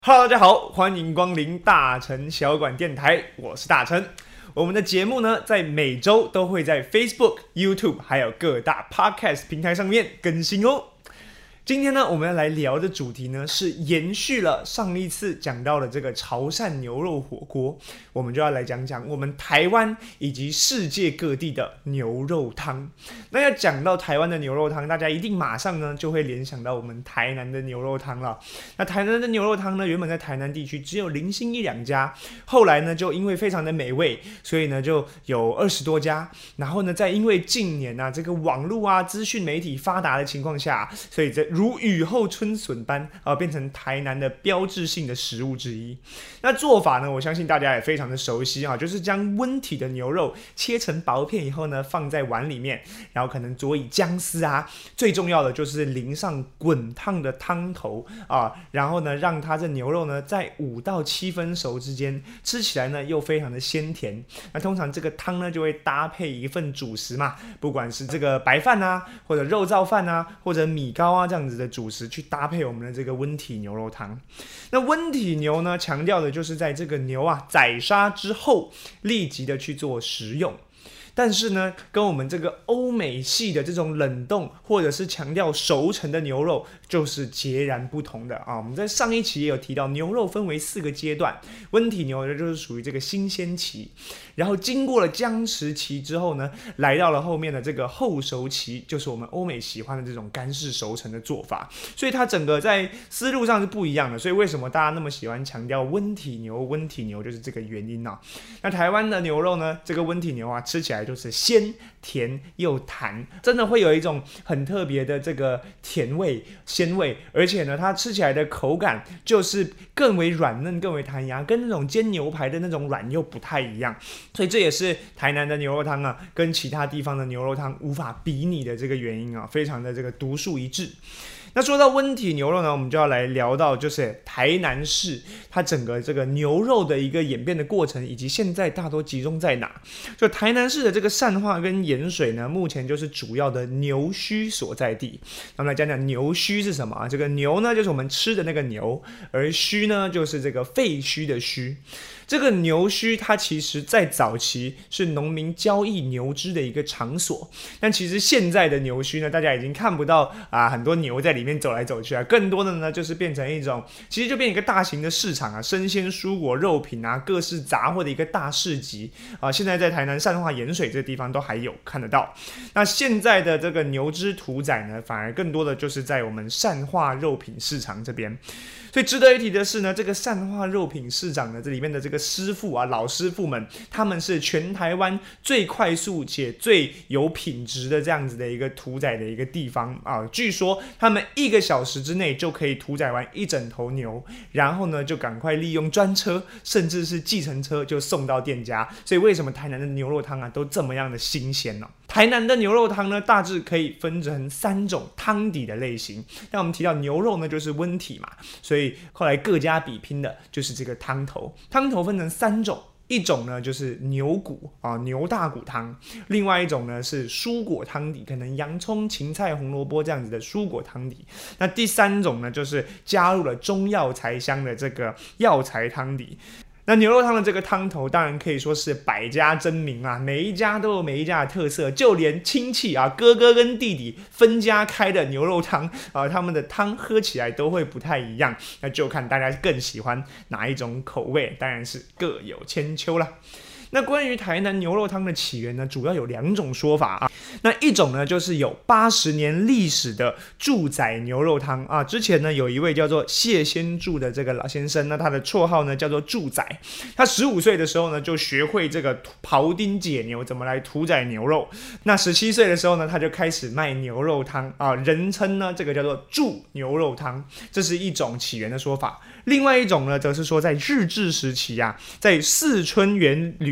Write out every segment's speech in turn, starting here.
Hello，大家好，欢迎光临大成小馆电台，我是大成。我们的节目呢，在每周都会在 Facebook、YouTube 还有各大 Podcast 平台上面更新哦。今天呢，我们要来聊的主题呢，是延续了上一次讲到的这个潮汕牛肉火锅，我们就要来讲讲我们台湾以及世界各地的牛肉汤。那要讲到台湾的牛肉汤，大家一定马上呢就会联想到我们台南的牛肉汤了。那台南的牛肉汤呢，原本在台南地区只有零星一两家，后来呢就因为非常的美味，所以呢就有20多家。然后呢，在因为近年啊这个网络啊资讯媒体发达的情况下，所以这如雨后春笋般变成台南的标志性的食物之一。那做法呢，我相信大家也非常的熟悉啊，就是将温体的牛肉切成薄片以后呢，放在碗里面，然后可能佐以姜丝啊，最重要的就是淋上滚烫的汤头啊，然后呢，让它这牛肉呢在5到7分熟之间，吃起来呢又非常的鲜甜。那通常这个汤呢就会搭配一份主食嘛，不管是这个白饭啊，或者肉燥饭啊，或者米糕啊这样子的主食去搭配我们的这个温体牛肉汤。那温体牛呢，强调的就是在这个牛啊宰杀之后，立即的去做食用。但是呢，跟我们这个欧美系的这种冷冻或者是强调熟成的牛肉就是截然不同的啊。我们在上一期也有提到，牛肉分为4个阶段，温体牛呢就是属于这个新鲜期，然后经过了僵持期之后呢，来到了后面的这个后熟期，就是我们欧美喜欢的这种干式熟成的做法。所以它整个在思路上是不一样的。所以为什么大家那么喜欢强调温体牛？温体牛就是这个原因啊。那台湾的牛肉呢，这个温体牛啊，吃起来就是鲜甜又弹，真的会有一种很特别的这个甜味鲜味，而且呢它吃起来的口感就是更为软嫩更为弹牙，跟那种煎牛排的那种软又不太一样。所以这也是台南的牛肉汤啊跟其他地方的牛肉汤无法比拟的这个原因啊，非常的这个独树一帜。那说到温体牛肉呢，我们就要来聊到就是台南市它整个这个牛肉的一个演变的过程，以及现在大多集中在哪。就台南市的这个善化跟盐水呢，目前就是主要的牛墟所在地。那么来讲讲牛墟是什么啊？这个牛呢就是我们吃的那个牛，而墟呢就是这个废墟的墟。这个牛墟它其实在早期是农民交易牛只的一个场所，但其实现在的牛墟呢，大家已经看不到很多牛在里面走来走去啊，更多的呢就是变成一种，其实就变成一个大型的市场啊，生鲜蔬果肉品啊，各式杂货的一个大市集啊。现在在台南善化盐水这个地方都还有看得到。那现在的这个牛只屠宰呢，反而更多的就是在我们善化肉品市场这边。所以值得一提的是呢，这个善化肉品市场呢，这里面的这个师傅啊，老师傅们，他们是全台湾最快速且最有品质的这样子的一个屠宰的一个地方啊。据说他们1个小时之内就可以屠宰完1整头牛，然后呢就赶快利用专车甚至是计程车就送到店家。所以为什么台南的牛肉汤啊都这么样的新鲜呢？台南的牛肉汤呢，大致可以分成3种汤底的类型。那我们提到牛肉呢，就是温体嘛，所以后来各家比拼的就是这个汤头。汤头分成3种，一种呢就是牛骨啊，牛大骨汤；另外一种呢是蔬果汤底，可能洋葱、芹菜、红萝卜这样子的蔬果汤底。那第3种呢，就是加入了中药材香的这个药材汤底。那牛肉汤的这个汤头当然可以说是百家争鸣啊，每一家都有每一家的特色，就连亲戚啊，哥哥跟弟弟分家开的牛肉汤啊，他们的汤喝起来都会不太一样，那就看大家更喜欢哪一种口味，当然是各有千秋啦。那关于台南牛肉汤的起源呢，主要有2种说法啊。那一种呢，就是有80年历史的住仔牛肉汤啊。之前呢，有一位叫做谢先柱的这个老先生，那他的绰号呢叫做住仔。他15岁的时候呢，就学会这个庖丁解牛，怎么来屠宰牛肉。那17岁的时候呢，他就开始卖牛肉汤啊，人称呢这个叫做住牛肉汤，这是一种起源的说法。另外一种呢，则是说在日治时期啊，在四春园旅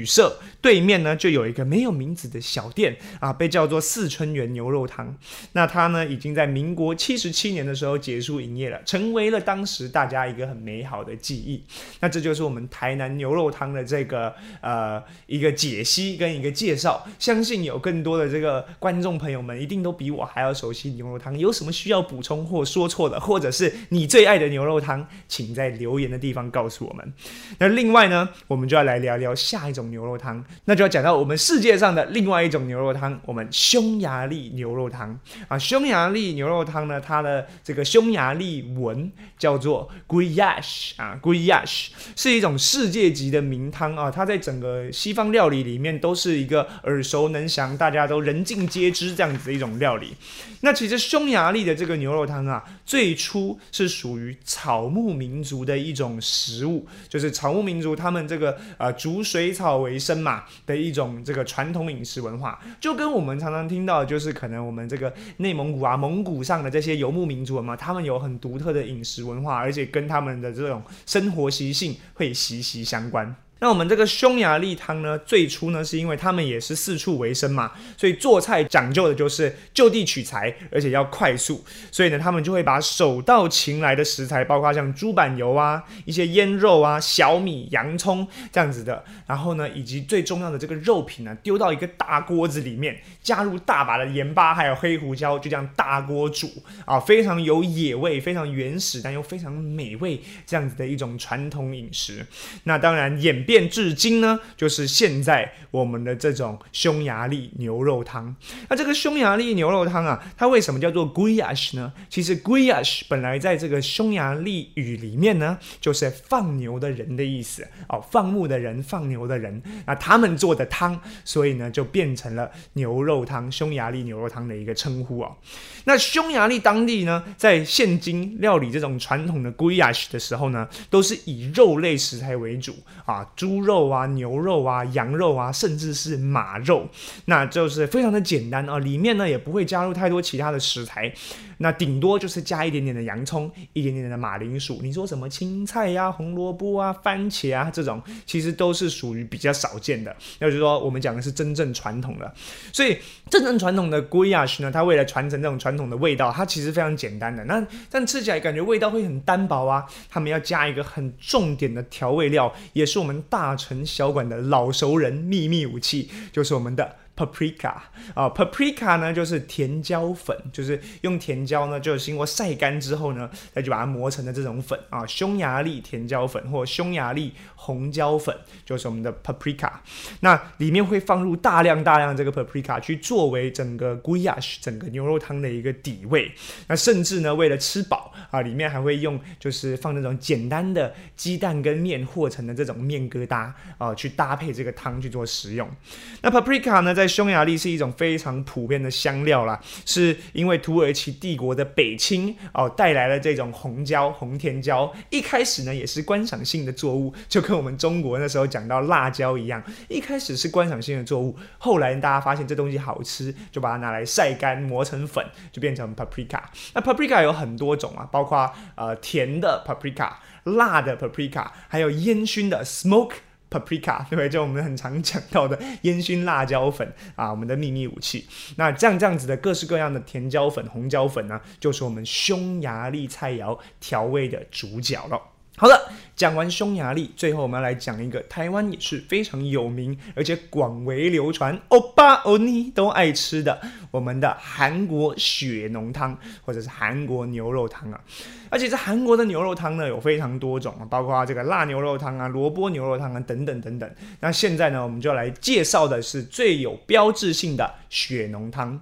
旅社对面呢就有一个没有名字的小店啊，被叫做四春园牛肉汤。那它呢已经在民国77年的时候结束营业了，成为了当时大家一个很美好的记忆。那这就是我们台南牛肉汤的这个一个解析跟一个介绍。相信有更多的这个观众朋友们一定都比我还要熟悉牛肉汤，有什么需要补充或说错的，或者是你最爱的牛肉汤，请在留言的地方告诉我们。那另外呢，我们就要来聊聊下一种牛肉汤，那就要讲到我们世界上的另外一种牛肉汤，我们匈牙利牛肉汤啊。匈牙利牛肉汤呢，它的这个匈牙利文叫做 Gulyás 啊 ，Gulyás 是一种世界级的名汤啊，它在整个西方料理里面都是一个耳熟能详，大家都人尽皆知这样子的一种料理。那其实匈牙利的这个牛肉汤啊，最初是属于草牧民族的一种食物，就是草牧民族他们这个逐水草为生嘛的一种这个传统饮食文化，就跟我们常常听到的就是可能我们这个内蒙古啊、蒙古上的这些游牧民族嘛，他们有很独特的饮食文化，而且跟他们的这种生活习性会息息相关。那我们这个匈牙利汤呢，最初呢是因为他们也是四处为生嘛，所以做菜讲究的就是就地取材，而且要快速，所以呢他们就会把手到擒来的食材，包括像猪板油啊、一些腌肉啊、小米、洋葱这样子的，然后呢以及最重要的这个肉品呢，丢到一个大锅子里面，加入大把的盐巴还有黑胡椒，就这样大锅煮啊，非常有野味，非常原始但又非常美味这样子的一种传统饮食。那当然演变至今呢，就是现在我们的这种匈牙利牛肉汤。那这个匈牙利牛肉汤啊，它为什么叫做 Gulyás 呢？其实 Gulyás 本来在这个匈牙利语里面呢，就是放牛的人的意思哦，放牧的人，放牛的人。那他们做的汤，所以呢就变成了牛肉汤，匈牙利牛肉汤的一个称呼哦。那匈牙利当地呢，在现今料理这种传统的 Gulyás 的时候呢，都是以肉类食材为主啊，猪肉啊、牛肉啊、羊肉啊，甚至是马肉，那就是非常的简单啊，里面呢也不会加入太多其他的食材，那顶多就是加一点点的洋葱，一点点的马铃薯，你说什么青菜啊、红萝卜啊、番茄啊这种，其实都是属于比较少见的。也就是说，我们讲的是真正传统的，所以真正传统的 Gulyás 呢，它为了传承这种传统的味道，它其实非常简单的，那但吃起来感觉味道会很单薄啊。他们要加一个很重点的调味料，也是我们大城小馆的老熟人秘密武器，就是我们的paprika 啊 ，paprika 呢就是甜椒粉，就是用甜椒呢就经过晒干之后呢，再就把它磨成的这种粉啊，匈牙利甜椒粉或匈牙利红椒粉就是我们的 paprika。那里面会放入大量这个 paprika 去作为整个 Gulyás 整个牛肉汤的一个底味。那甚至呢为了吃饱啊，里面还会用就是放那种简单的鸡蛋跟面和成的这种面疙瘩啊，去搭配这个汤去做食用。那 paprika 呢在匈牙利是一种非常普遍的香料啦，是因为土耳其帝国的北侵带来了这种红甜椒，一开始呢也是观赏性的作物，就跟我们中国那时候讲到辣椒一样，一开始是观赏性的作物，后来大家发现这东西好吃，就把它拿来晒干磨成粉，就变成 paprika。那 paprika 有很多种啊，包括甜的 paprika、辣的 paprika， 还有烟熏的 smoke paprika， 对不对？就我们很常讲到的烟熏辣椒粉啊，我们的秘密武器。那这样子的各式各样的甜椒粉、红椒粉呢，就是我们匈牙利菜肴调味的主角了。好了，讲完匈牙利，最后我们要来讲一个台湾也是非常有名而且广为流传，欧巴欧尼都爱吃的我们的韩国血浓汤，或者是韩国牛肉汤啊。而且这韩国的牛肉汤呢有非常多种，包括这个辣牛肉汤啊、萝卜牛肉汤啊等等等等。那现在呢，我们就来介绍的是最有标志性的血浓汤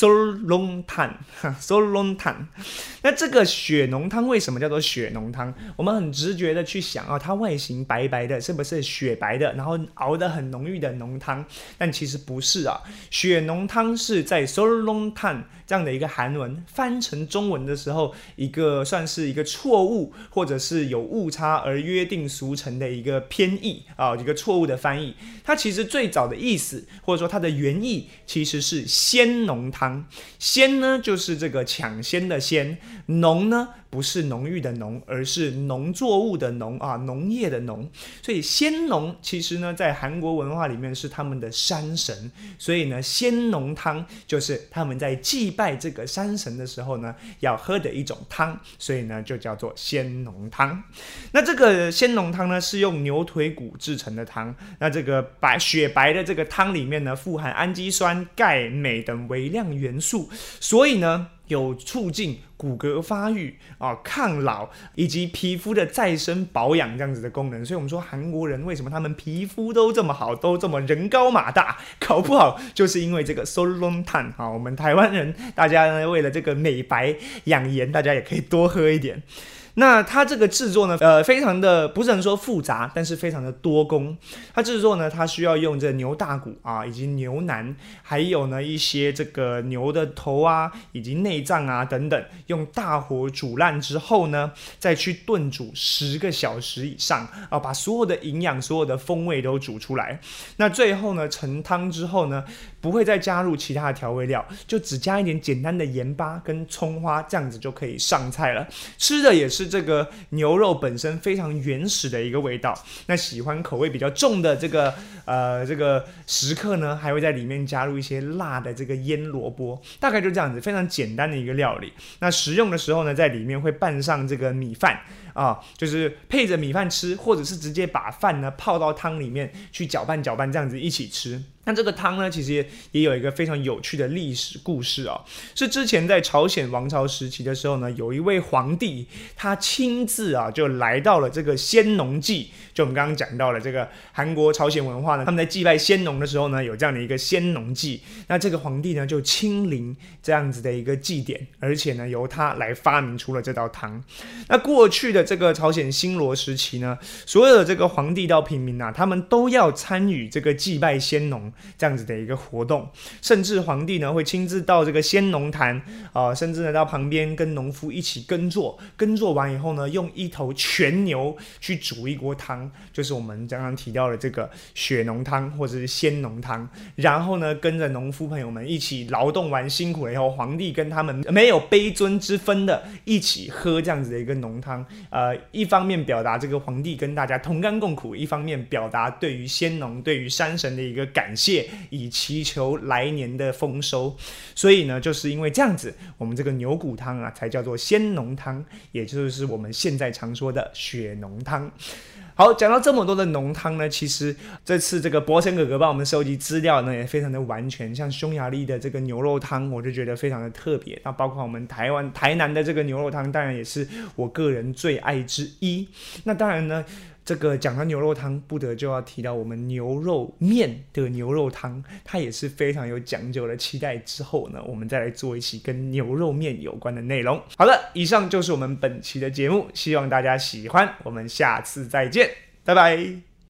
，Solontan。那这个血浓汤为什么叫做血浓汤？我们很直觉的去想啊，它外形白白的，是不是雪白的，然后熬得很浓郁的浓汤？但其实不是啊，血浓汤是在 Solontan 这样的一个韩文翻成中文的时候，一个算是一个错误，或者是有误差而约定俗成的一个偏义啊，一个错误的翻译。它其实最早的意思，或者说它的原意，其实是鲜浓汤。鲜呢，就是这个抢先的鲜；浓呢， 不是浓郁的浓，而是农作物的农啊，农业的农。所以仙农其实呢，在韩国文化里面是他们的山神，所以呢，仙农汤就是他们在祭拜这个山神的时候呢，要喝的一种汤，所以呢，就叫做仙农汤。那这个仙农汤呢，是用牛腿骨制成的汤。那这个雪白的这个汤里面呢，富含氨基酸、钙、镁等微量元素，所以呢，有促进骨骼发育抗老以及皮肤的再生保养这样子的功能。所以我们说韩国人为什么他们皮肤都这么好，都这么人高马大，搞不好就是因为这个솔롱탕。我们台湾人大家呢，为了这个美白养颜，大家也可以多喝一点。那它这个制作呢，非常的不是很说复杂，但是非常的多工。它制作呢，它需要用这牛大骨啊，以及牛腩，还有呢一些这个牛的头啊，以及内脏啊等等，用大火煮烂之后呢，再去炖煮10个小时以上啊，把所有的营养、所有的风味都煮出来。那最后呢，盛汤之后呢，不会再加入其他的调味料，就只加一点简单的盐巴跟葱花，这样子就可以上菜了。吃的也是这个牛肉本身非常原始的一个味道。那喜欢口味比较重的这个食客呢，还会在里面加入一些辣的这个腌萝卜，大概就这样子，非常简单的一个料理。那食用的时候呢，在里面会拌上这个米饭啊，就是配着米饭吃，或者是直接把饭呢泡到汤里面去搅拌搅拌，这样子一起吃。那这个汤呢，其实也有一个非常有趣的历史故事哦，是之前在朝鲜王朝时期的时候呢，有一位皇帝，他亲自就来到了这个先农祭，就我们刚刚讲到了这个韩国朝鲜文化呢，他们在祭拜先农的时候呢，有这样的一个先农祭。那这个皇帝呢，就亲临这样子的一个祭典，而且呢，由他来发明出了这道汤。那过去的这个朝鲜新罗时期呢，所有的这个皇帝到平民他们都要参与这个祭拜先农这样子的一个活动，甚至皇帝呢会亲自到这个先农坛甚至呢到旁边跟农夫一起耕作，耕作完以后呢，用一头全牛去煮一锅汤，就是我们刚刚提到的这个血浓汤或者是鲜浓汤。然后呢，跟着农夫朋友们一起劳动完辛苦了以后，皇帝跟他们没有卑尊之分的一起喝这样子的一个浓汤。一方面表达这个皇帝跟大家同甘共苦，一方面表达对于先农、对于山神的一个感谢，以祈求来年的丰收。所以呢，就是因为这样子，我们这个牛骨汤才叫做鲜浓汤，也就是我们现在常说的血浓汤。好，讲到这么多的浓汤呢，其实这次这个博成哥哥帮我们收集资料呢，也非常的完全。像匈牙利的这个牛肉汤，我就觉得非常的特别。那包括我们台南的这个牛肉汤，当然也是我个人最爱之一。那当然呢，这个讲到牛肉汤，不得就要提到我们牛肉面的牛肉汤，它也是非常有讲究的。期待之后呢，我们再来做一期跟牛肉面有关的内容。好了，以上就是我们本期的节目，希望大家喜欢，我们下次再见，拜拜。